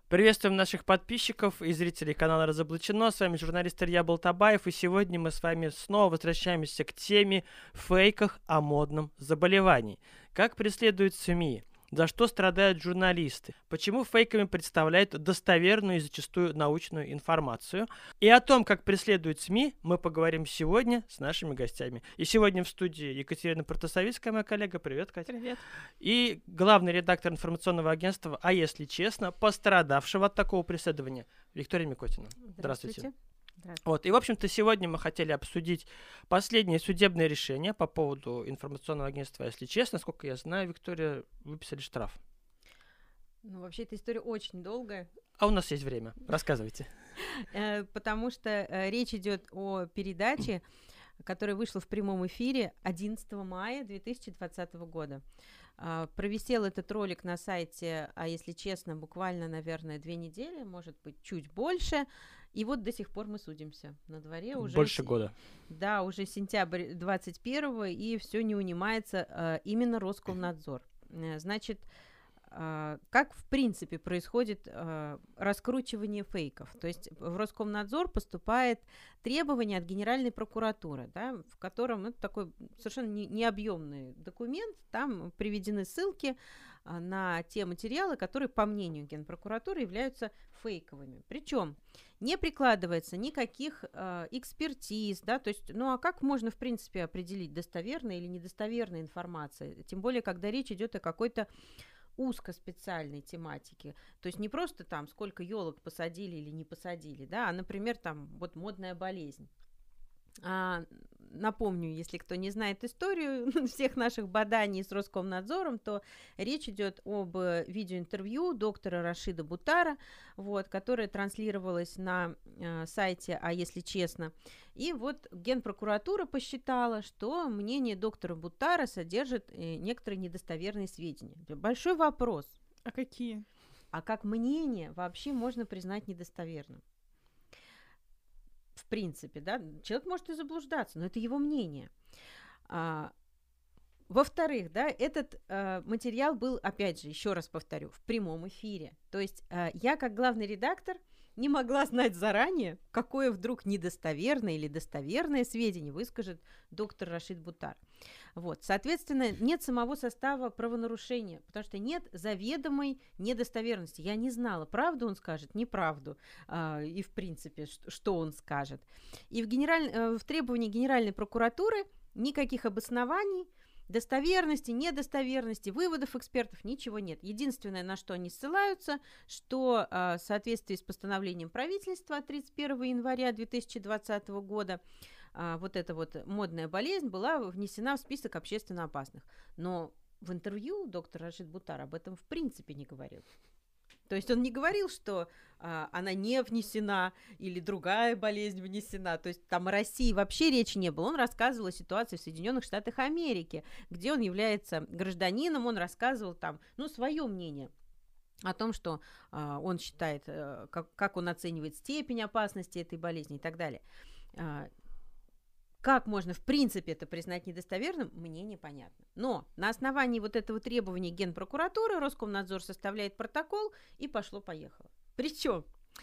Приветствуем наших подписчиков и зрителей канала «Разоблачено». С вами журналист Илья Болтабаев, и сегодня мы с вами снова возвращаемся к теме фейках о модном заболевании. Как преследуют СМИ? За что страдают журналисты? Почему фейками представляют достоверную и зачастую научную информацию? И о том, как преследуют СМИ, мы поговорим сегодня с нашими гостями. И сегодня в студии Екатерина Протасовицкая, моя коллега. Привет, Катя. Привет. И главный редактор информационного агентства «А если честно», пострадавшего от такого преследования, Виктория Микотина. Здравствуйте. Вот, и, в общем-то, сегодня мы хотели обсудить последнее судебное решение по поводу информационного агентства «А если честно». Насколько я знаю, Виктория, выписали штраф. Ну, вообще, эта история очень долгая. А у нас есть время. Рассказывайте. Потому что речь идет о передаче, которая вышла в прямом эфире 11 мая 2020 года. Провисел этот ролик на сайте, а если честно, буквально, наверное, 2 недели, может быть, чуть больше. И вот до сих пор мы судимся. На дворе уже... Больше года. Да, уже сентябрь 21-го, и все не унимается, именно Роскомнадзор. Значит, как в принципе происходит раскручивание фейков? То есть в Роскомнадзор поступает требование от Генеральной прокуратуры, да, в котором это такой совершенно необъемный документ, там приведены ссылки на те материалы, которые, по мнению Генпрокуратуры, являются фейковыми. Причем не прикладывается никаких экспертиз, да, то есть, ну а как можно, в принципе, определить достоверная или недостоверная информация, тем более, когда речь идет о какой-то узкоспециальной тематике, то есть не просто там сколько елок посадили или не посадили, да, а, например, там вот модная болезнь. Напомню, если кто не знает историю всех наших боданий с Роскомнадзором, то речь идет об видеоинтервью доктора Рашида Бутара, вот, которое транслировалось на сайте «А если честно». И вот Генпрокуратура посчитала, что мнение доктора Бутара содержит некоторые недостоверные сведения. Большой вопрос. А какие? А как мнение вообще можно признать недостоверным? В принципе, да, человек может и заблуждаться, но это его мнение. Во-вторых, да, этот материал был, опять же, еще раз повторю, в прямом эфире. То есть я, как главный редактор, не могла знать заранее, какое вдруг недостоверное или достоверное сведение выскажет доктор Рашид Бутар. Вот, соответственно, нет самого состава правонарушения, потому что нет заведомой недостоверности. Я не знала, правду он скажет, неправду, и в принципе, что он скажет. И в требовании Генеральной прокуратуры никаких обоснований, достоверности, недостоверности, выводов экспертов, ничего нет. Единственное, на что они ссылаются, что в соответствии с постановлением правительства от 31 января 2020 года вот эта вот модная болезнь была внесена в список общественно опасных. Но в интервью доктор Рашид Бутар об этом в принципе не говорил. То есть он не говорил, что она не внесена или другая болезнь внесена. То есть там о России вообще речи не было. Он рассказывал о ситуации в Соединенных Штатах Америки, где он является гражданином. Он рассказывал там, ну, свое мнение о том, что он считает, как он оценивает степень опасности этой болезни и так далее. Как можно, в принципе, это признать недостоверным, мне непонятно. Но на основании вот этого требования Генпрокуратуры Роскомнадзор составляет протокол, и пошло-поехало. Причем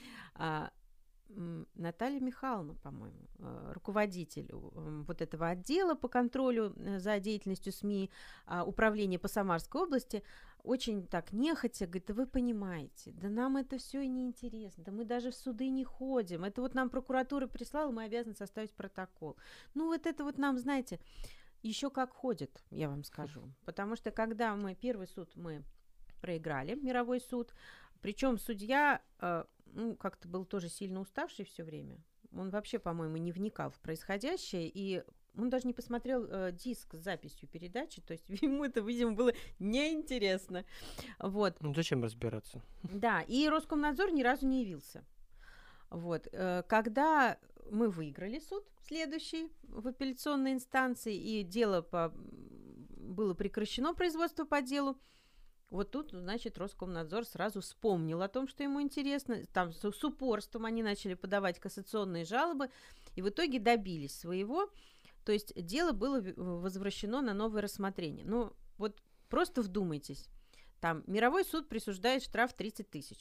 Наталья Михайловна, по-моему, руководитель вот этого отдела по контролю за деятельностью СМИ управления по Самарской области, очень так нехотя говорит: да вы понимаете, да нам это все и не интересно, да мы даже в суды не ходим, это вот нам прокуратура прислала, мы обязаны составить протокол. Ну вот это вот нам, знаете, еще как ходит, я вам скажу. Потому что когда первый суд мы проиграли, мировой суд, причем судья как-то был тоже сильно уставший все время. Он вообще, по-моему, не вникал в происходящее, и он даже не посмотрел диск с записью передачи, то есть ему это, видимо, было неинтересно. Вот. Ну зачем разбираться? Да, и Роскомнадзор ни разу не явился. Вот. Когда мы выиграли суд следующий в апелляционной инстанции, и дело было прекращено, производство по делу, вот тут, значит, Роскомнадзор сразу вспомнил о том, что ему интересно. Там с упорством они начали подавать кассационные жалобы, и в итоге добились своего. То есть дело было возвращено на новое рассмотрение. Ну, вот просто вдумайтесь. Там мировой суд присуждает штраф 30 тысяч.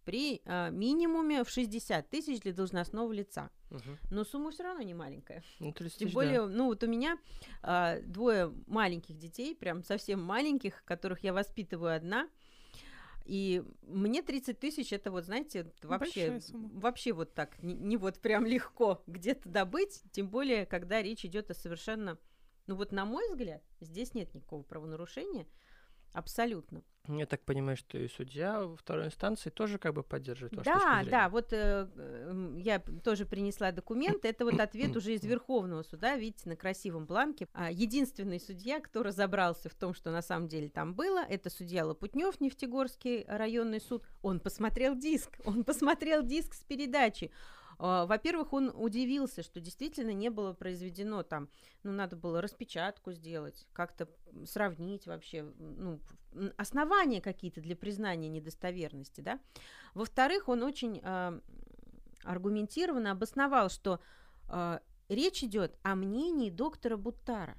при минимуме в 60 тысяч для должностного лица. Мгм. Но сумма все равно не маленькая. Ну, 30 Тем тысяч, более, да. ну вот у меня 2 маленьких детей, прям совсем маленьких, которых я воспитываю одна. И мне 30 тысяч это вот, знаете, вообще, Большая сумма. вообще вот так, не вот прям легко где-то добыть, тем более, когда речь идет о совершенно, ну вот на мой взгляд, здесь нет никакого правонарушения, абсолютно. Я так понимаю, что и судья второй инстанции тоже как бы поддерживает вашу точку Да, зрения. да, вот я тоже принесла документы. Это вот ответ уже из Верховного суда, видите, на красивом бланке. Единственный судья, кто разобрался в том, что на самом деле там было, это судья Лопутнёв, Нефтегорский районный суд. Он посмотрел диск с передачи. Во-первых, он удивился, что действительно не было произведено там, ну, надо было распечатку сделать, как-то сравнить вообще, ну, основания какие-то для признания недостоверности, да. Во-вторых, он очень аргументированно обосновал, что речь идет о мнении доктора Буттара.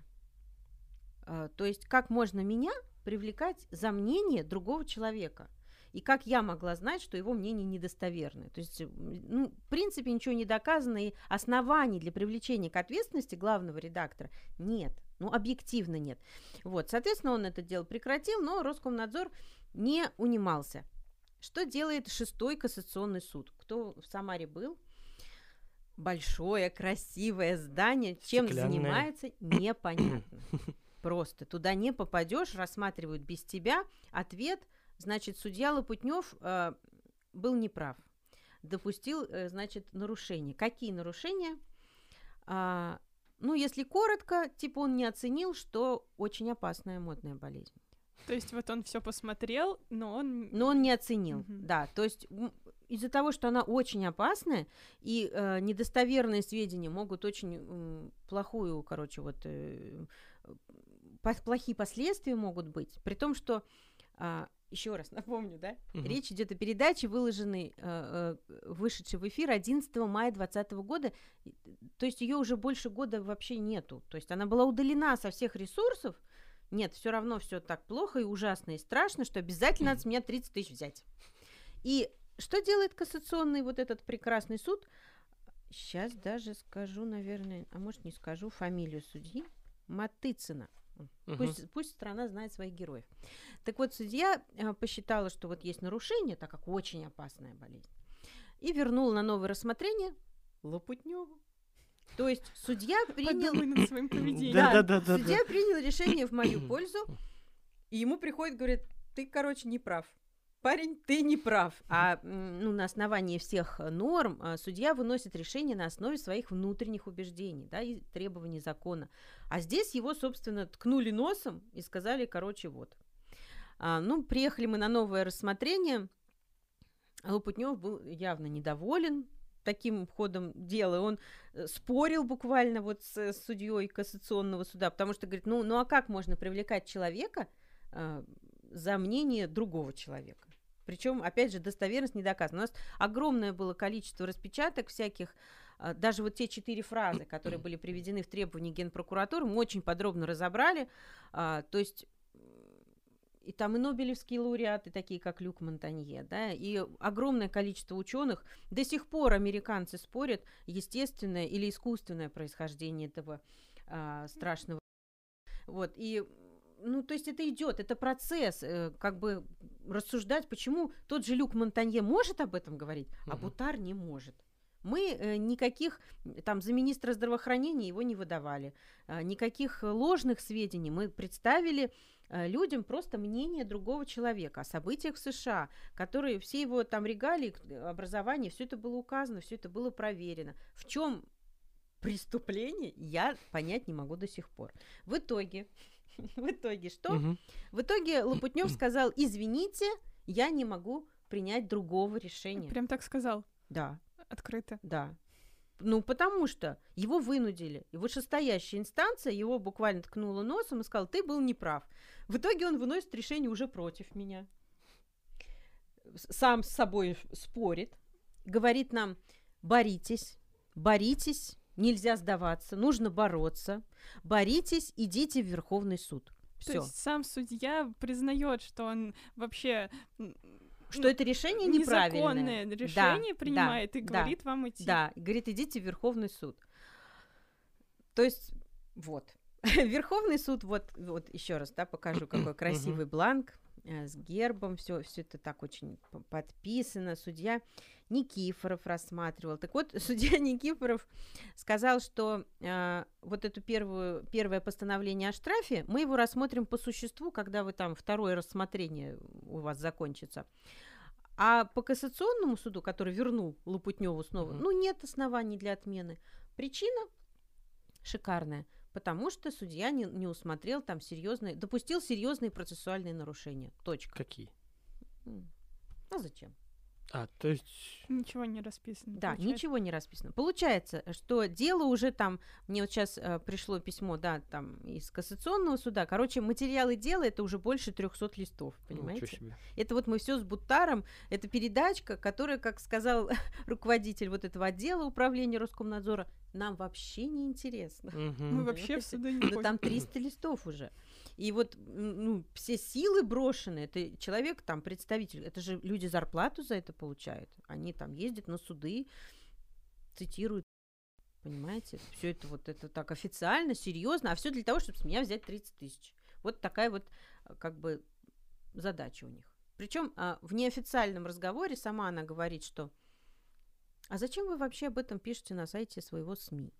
То есть как можно меня привлекать за мнение другого человека? И как я могла знать, что его мнение недостоверное? То есть, ну, в принципе, ничего не доказано, и оснований для привлечения к ответственности главного редактора нет. Ну, объективно нет. Вот, соответственно, он это дело прекратил, но Роскомнадзор не унимался. Что делает 6-й кассационный суд? Кто в Самаре был? Большое, красивое здание. Чем Стеклянное. занимается, непонятно. Просто туда не попадешь, рассматривают без тебя. Ответ, значит, судья Лопутнёв был неправ. Допустил, значит, нарушения. Какие нарушения? Ну, если коротко, типа он не оценил, что очень опасная модная болезнь. То есть вот он все посмотрел, но он... Но он не оценил, Мгм. да. То есть из-за того, что она очень опасная, и недостоверные сведения могут очень плохую, короче, вот плохие последствия могут быть. При том, что, еще раз напомню, да, Мгм. речь идет о передаче, выложенной, вышедшей в эфир 11 мая 2020 года. То есть ее уже больше года вообще нету. То есть она была удалена со всех ресурсов. Нет, все равно все так плохо и ужасно и страшно, что обязательно надо с меня 30 тысяч взять. И что делает кассационный вот этот прекрасный суд? Сейчас даже скажу, наверное, а может не скажу фамилию судьи. Матыцына. Мгм. Пусть страна знает своих героев. Так вот, судья посчитала, что вот есть нарушение, так как очень опасная болезнь, и вернула на новое рассмотрение Лопутнёву. То есть судья принял... Подумай над своим поведением. Да. Судья принял решение в мою пользу, и ему приходит, говорит, ты, короче, не прав. Парень, ты не прав. Ну, на основании всех норм судья выносит решение на основе своих внутренних убеждений, да, и требований закона. А здесь его, собственно, ткнули носом и сказали, короче, вот. Ну, приехали мы на новое рассмотрение. Лопутнёв был явно недоволен таким ходом дела. Он спорил буквально вот с судьей кассационного суда, потому что говорит, ну а как можно привлекать человека за мнение другого человека? Причем, опять же, достоверность не доказана. У нас огромное было количество распечаток всяких, даже вот те 4 фразы, которые были приведены в требования Генпрокуратуры, мы очень подробно разобрали. То есть и там и нобелевские лауреаты, такие как Люк Монтанье, да, и огромное количество ученых. До сих пор американцы спорят, естественное или искусственное происхождение этого страшного. Вот, и, ну, то есть это идет, это процесс, как бы рассуждать, почему тот же Люк Монтанье может об этом говорить, а Бутар не может. Мы никаких, там, за министра здравоохранения его не выдавали, никаких ложных сведений. Мы представили людям просто мнение другого человека о событиях в США, которые все его там регалии, образование, все это было указано, все это было проверено. В чем преступление, я понять не могу до сих пор. В итоге что? В итоге Лопутнёв сказал, извините, я не могу принять другого решения. Прям так сказал? Да. Открыто? Да. Ну, потому что его вынудили. И вышестоящая инстанция его буквально ткнула носом и сказала, ты был неправ. В итоге он выносит решение уже против меня. Сам с собой спорит. Говорит нам, боритесь, нельзя сдаваться, нужно бороться. Боритесь, идите в Верховный суд. То Всё. есть сам судья признает, что он вообще что это решение неправильное. Незаконное решение Да, принимает и да, говорит вам идти. Да, и говорит, идите в Верховный суд. То есть, вот. Верховный суд, вот еще раз, да, покажу, какой красивый бланк с гербом, все это так очень подписано. Судья Никифоров рассматривал. Так вот, судья Никифоров сказал, что вот это первое постановление о штрафе, мы его рассмотрим по существу, когда вы там второе рассмотрение у вас закончится. А по кассационному суду, который вернул Лопутнёву снова, нет оснований для отмены. Причина шикарная. Потому что судья не усмотрел там допустил серьезные процессуальные нарушения. Точка. Какие? А зачем? То есть... Ничего не расписано. Да, получается. ничего не расписано. Получается, что дело уже там... Мне вот сейчас пришло письмо, да, там из кассационного суда. Короче, материалы дела это уже больше 300 листов, понимаете? Ничего себе. Это вот мы все с Буттаром. Это передачка, которая, как сказал руководитель вот этого отдела управления Роскомнадзора, нам вообще не интересно. Мы вообще в суды не Ну, ходим. там 300 листов уже. И вот все силы брошены. Это человек, там, представитель, это же люди зарплату за это получают. Они там ездят на суды, цитируют, понимаете? Все это вот это так официально, серьезно, а все для того, чтобы с меня взять 30 тысяч. Вот такая вот как бы задача у них. Причем в неофициальном разговоре сама она говорит, что а зачем вы вообще об этом пишете на сайте своего СМИ?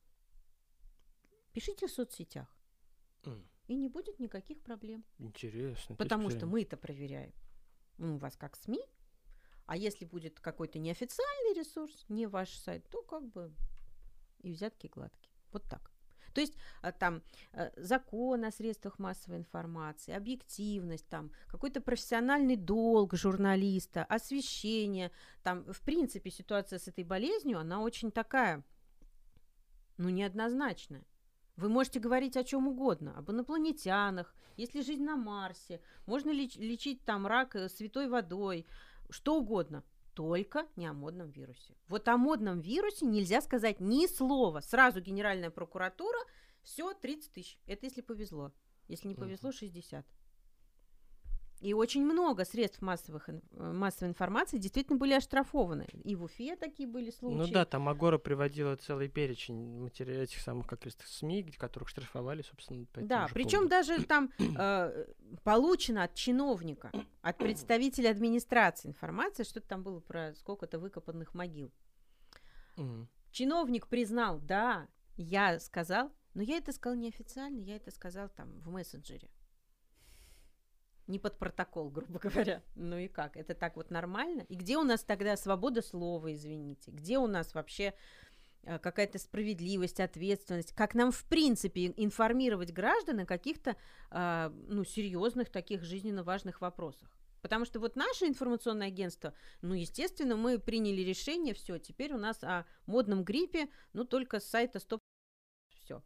Пишите в соцсетях. И не будет никаких проблем. Интересно. Потому что мы это проверяем. У вас как СМИ. А если будет какой-то неофициальный ресурс, не ваш сайт, то как бы и взятки гладкие. Вот так. То есть там закон о средствах массовой информации, объективность, там какой-то профессиональный долг журналиста, освещение. Там, в принципе, ситуация с этой болезнью, она очень такая, неоднозначная. Вы можете говорить о чем угодно, об инопланетянах, есть ли жизнь на Марсе, можно лечить там рак святой водой, что угодно, только не о модном вирусе. Вот о модном вирусе нельзя сказать ни слова. Сразу Генеральная прокуратура, все, 30 тысяч. Это если повезло. Если не повезло, 60. И очень много средств массовой информации действительно были оштрафованы. И в Уфе такие были случаи. Ну да, там Агора приводила целый перечень материалов этих самых как раз СМИ, которых штрафовали, собственно, по этому Да, же причем поводу. даже там получено от чиновника, от представителя администрации информация, что там было про сколько-то выкопанных могил. Чиновник признал, да, я сказал, но я это сказал неофициально, я это сказал там в мессенджере. Не под протокол, грубо говоря. Ну и как? Это так вот нормально? И где у нас тогда свобода слова, извините? Где у нас вообще какая-то справедливость, ответственность? Как нам, в принципе, информировать граждан о каких-то, серьезных таких жизненно важных вопросах? Потому что вот наше информационное агентство, естественно, мы приняли решение, все, теперь у нас о модном гриппе, только с сайта Стоп. Все.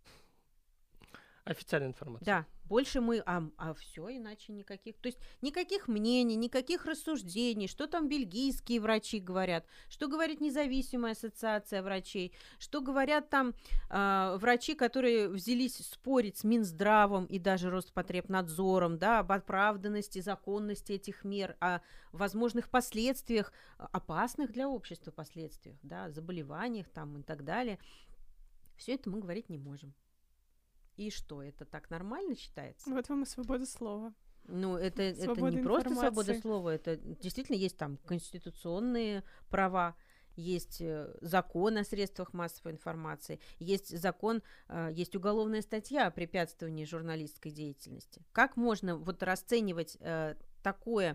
Официальная информация. Да, больше мы, все, иначе никаких, то есть никаких мнений, никаких рассуждений, что там бельгийские врачи говорят, что говорит независимая ассоциация врачей, что говорят там врачи, которые взялись спорить с Минздравом и даже Роспотребнадзором, да, об оправданности, законности этих мер, о возможных последствиях, опасных для общества последствиях, да, заболеваниях там и так далее. Все это мы говорить не можем. И что, это так нормально считается? Вот вам и свобода слова. Это Свобода не просто свобода информации. слова, это действительно есть там конституционные права, есть закон о средствах массовой информации, есть закон, есть уголовная статья о препятствовании журналистской деятельности. Как можно вот расценивать такое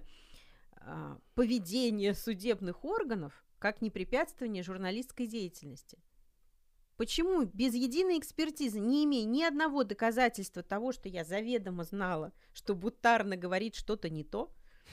поведение судебных органов как непрепятствование журналистской деятельности? Почему без единой экспертизы, не имея ни одного доказательства того, что я заведомо знала, что Буттар говорит что-то не то,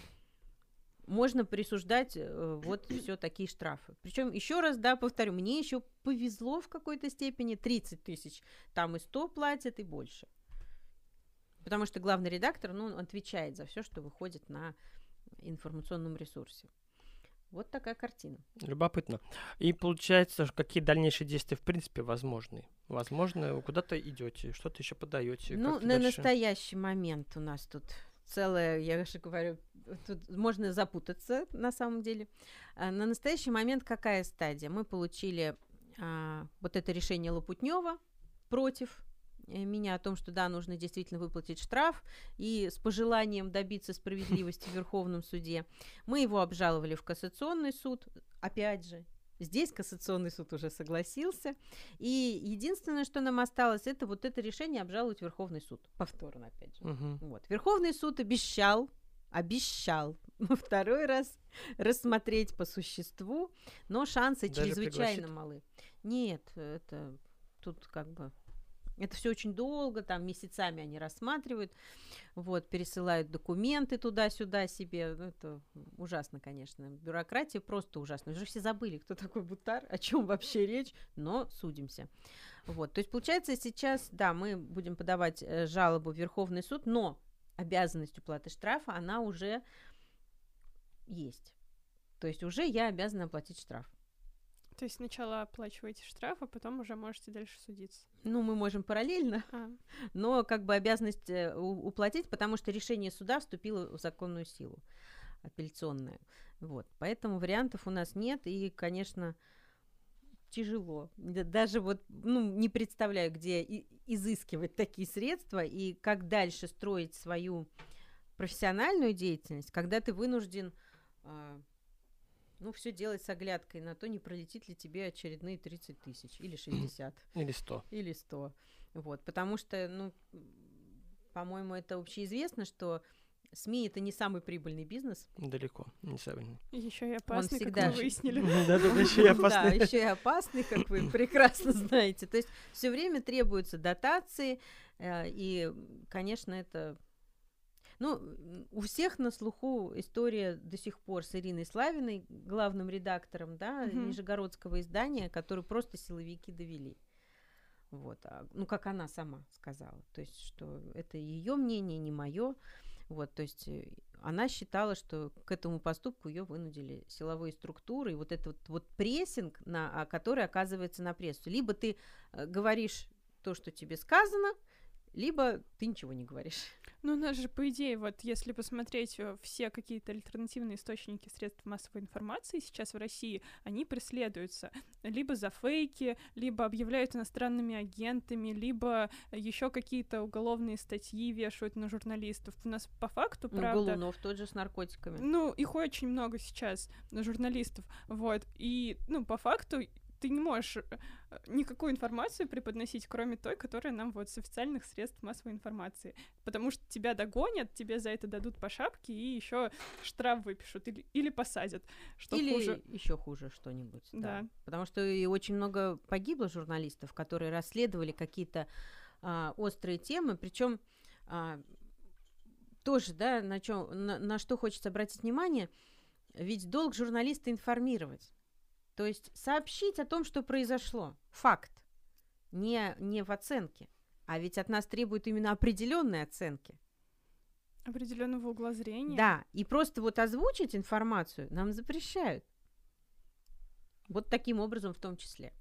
можно присуждать вот все такие штрафы. Причем, еще раз, да, повторю, мне еще повезло в какой-то степени 30 тысяч. Там и 100 платят, и больше. Потому что главный редактор, он отвечает за все, что выходит на информационном ресурсе. Вот такая картина. Любопытно. И получается, какие дальнейшие действия в принципе возможны? Возможно, вы куда-то идете, что-то еще подаете. На настоящий момент у нас тут целая, я же говорю, тут можно запутаться на самом деле. На настоящий момент какая стадия? Мы получили вот это решение Лопутнева против меня о том, что да, нужно действительно выплатить штраф, и с пожеланием добиться справедливости в Верховном суде. Мы его обжаловали в Кассационный суд, опять же. Здесь Кассационный суд уже согласился. И единственное, что нам осталось, это вот это решение обжаловать в Верховный суд. Повторно, опять же. Вот. Верховный суд обещал второй раз рассмотреть по существу, но шансы Даже чрезвычайно пригласит? малы. Нет, это тут как бы... Это все очень долго, там месяцами они рассматривают, вот, пересылают документы туда-сюда себе. Ну, это ужасно, конечно. Бюрократия просто ужасна. Уже все забыли, кто такой Бутар, о чем вообще речь, но судимся. Вот, то есть, получается, сейчас, да, мы будем подавать жалобу в Верховный суд, но обязанность уплаты штрафа, она уже есть. То есть уже я обязана оплатить штраф. То есть сначала оплачиваете штраф, а потом уже можете дальше судиться. Ну, мы можем параллельно, но как бы обязанность уплатить, потому что решение суда вступило в законную силу, апелляционное. Вот. Поэтому вариантов у нас нет, и, конечно, тяжело. Даже вот, не представляю, где изыскивать такие средства и как дальше строить свою профессиональную деятельность, когда ты вынужден... все делать с оглядкой на то, не пролетит ли тебе очередные 30 тысяч, или 60. Или 100. Или 100. Вот, потому что, по-моему, это общеизвестно, что СМИ – это не самый прибыльный бизнес. Далеко, не самый. Еще и опасный, всегда как мы выяснили. Да, еще и Да, опасный. еще и опасный, как вы прекрасно знаете. То есть все время требуются дотации, и, конечно, это... у всех на слуху история до сих пор с Ириной Славиной, главным редактором, да, нижегородского издания, которую просто силовики довели. Вот. Как она сама сказала. То есть, что это ее мнение, не мое. Вот, то есть она считала, что к этому поступку ее вынудили силовые структуры, и вот этот вот прессинг, который оказывается на прессу. Либо ты говоришь то, что тебе сказано, либо ты ничего не говоришь. У нас же, по идее, вот если посмотреть все какие-то альтернативные источники средств массовой информации сейчас в России, они преследуются либо за фейки, либо объявляют иностранными агентами, либо еще какие-то уголовные статьи вешают на журналистов. У нас по факту, правда... Голунов тот же с наркотиками. Их очень много сейчас, журналистов, вот. И, по факту ты не можешь никакую информацию преподносить, кроме той, которая нам вот с официальных средств массовой информации. Потому что тебя догонят, тебе за это дадут по шапке и еще штраф выпишут или посадят. Что или хуже. Еще хуже что-нибудь. Да. Потому что и очень много погибло журналистов, которые расследовали какие-то острые темы. Причем тоже, да, на что хочется обратить внимание, ведь долг журналиста информировать. То есть сообщить о том, что произошло. Факт. Не в оценке. А ведь от нас требуют именно определенной оценки. Определенного угла зрения. Да, и просто вот озвучить информацию нам запрещают. Вот таким образом в том числе.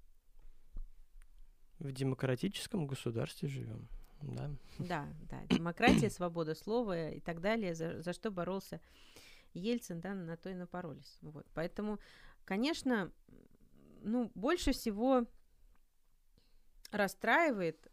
В демократическом государстве живем, да? Да. Демократия, свобода слова и так далее, за что боролся Ельцин, да, на то и напоролись. Вот. Поэтому, конечно, больше всего расстраивает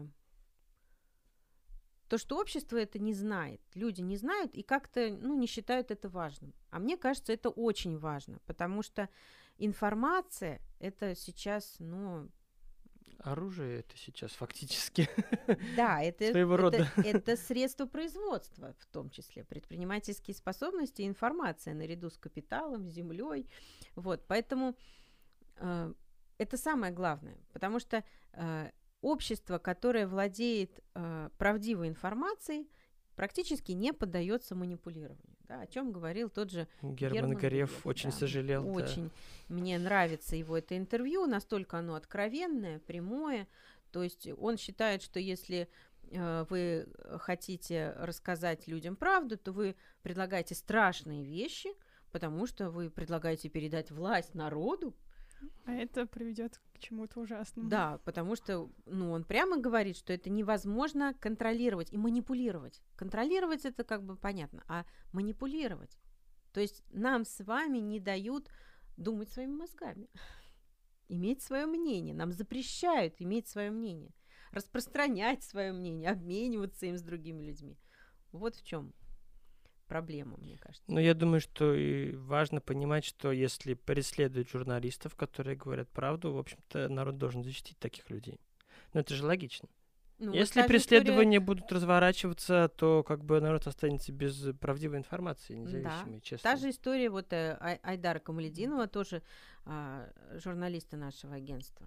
то, что общество это не знает. Люди не знают и как-то, не считают это важным. А мне кажется, это очень важно, потому что информация это сейчас, Оружие это сейчас фактически. Да, своего рода. Это средство производства, в том числе предпринимательские способности, информация наряду с капиталом, с землей. Вот, поэтому это самое главное, потому что общество, которое владеет правдивой информацией, практически не поддается манипулированию. Да, о чем говорил тот же Герман Греф очень сожалел. Очень мне нравится его это интервью, настолько оно откровенное, прямое. То есть он считает, что если вы хотите рассказать людям правду, то вы предлагаете страшные вещи, потому что вы предлагаете передать власть народу. А это приведет к чему-то ужасному. Да, потому что, он прямо говорит, что это невозможно контролировать и манипулировать. Контролировать это как бы понятно, а манипулировать. То есть нам с вами не дают думать своими мозгами, иметь свое мнение. Нам запрещают иметь свое мнение, распространять свое мнение, обмениваться им с другими людьми. Вот в чем проблема, мне кажется. Но я думаю, что и важно понимать, что если преследуют журналистов, которые говорят правду, в общем-то, народ должен защитить таких людей. Но это же логично. Ну, Если вот та же преследования будут разворачиваться, то как бы народ останется без правдивой информации, независимой, честной. Та же история вот Айдара Камалетдинова, тоже журналиста нашего агентства.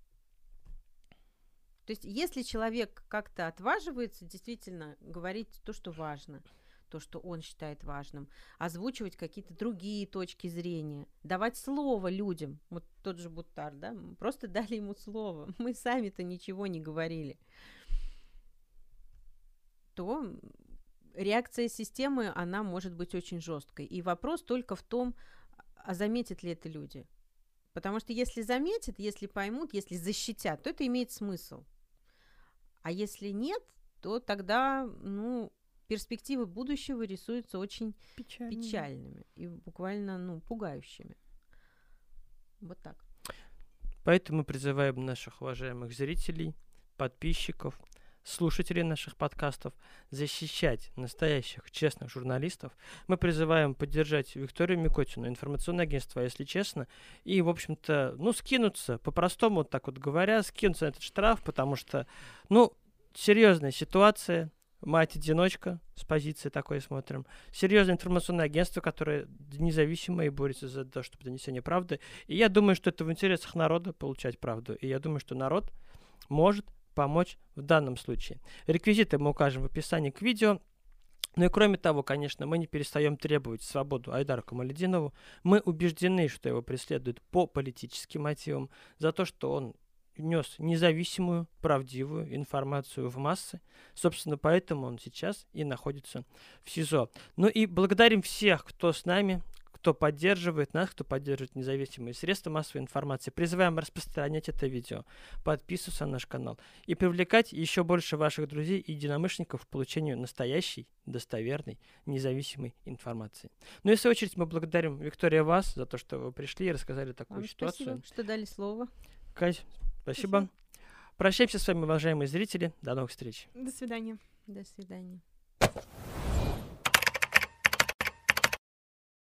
То есть если человек как-то отваживается действительно говорить то, что важно, то, что он считает важным, озвучивать какие-то другие точки зрения, давать слово людям, вот тот же Буттар, да, мы просто дали ему слово, мы сами-то ничего не говорили, то реакция системы, она может быть очень жесткой. И вопрос только в том, а заметят ли это люди. Потому что если заметят, если поймут, если защитят, то это имеет смысл. А если нет, то тогда, перспективы будущего рисуются очень печальными и буквально, пугающими. Вот так. Поэтому призываем наших уважаемых зрителей, подписчиков, слушателей наших подкастов защищать настоящих, честных журналистов. Мы призываем поддержать Викторию Микотину, информационное агентство, если честно, и, в общем-то, скинуться, по-простому, вот так вот говоря, скинуться на этот штраф, потому что, серьезная ситуация, мать-одиночка, с позиции такой смотрим, серьезное информационное агентство, которое независимо и борется за то, чтобы донесение правды. И я думаю, что это в интересах народа получать правду. И я думаю, что народ может помочь в данном случае. Реквизиты мы укажем в описании к видео. Ну и кроме того, конечно, мы не перестаем требовать свободу Айдару Камалетдинову. Мы убеждены, что его преследуют по политическим мотивам за то, что он нес независимую, правдивую информацию в массы. Собственно, поэтому он сейчас и находится в СИЗО. Ну и благодарим всех, кто с нами, кто поддерживает нас, кто поддерживает независимые средства массовой информации. Призываем распространять это видео, подписываться на наш канал и привлекать еще больше ваших друзей и единомышленников к получению настоящей, достоверной, независимой информации. Ну и в свою очередь мы благодарим, Виктория, вас за то, что вы пришли и рассказали такую ситуацию. Спасибо, что дали слово. Кать, спасибо. Прощаемся с вами, уважаемые зрители. До новых встреч. До свидания. До свидания.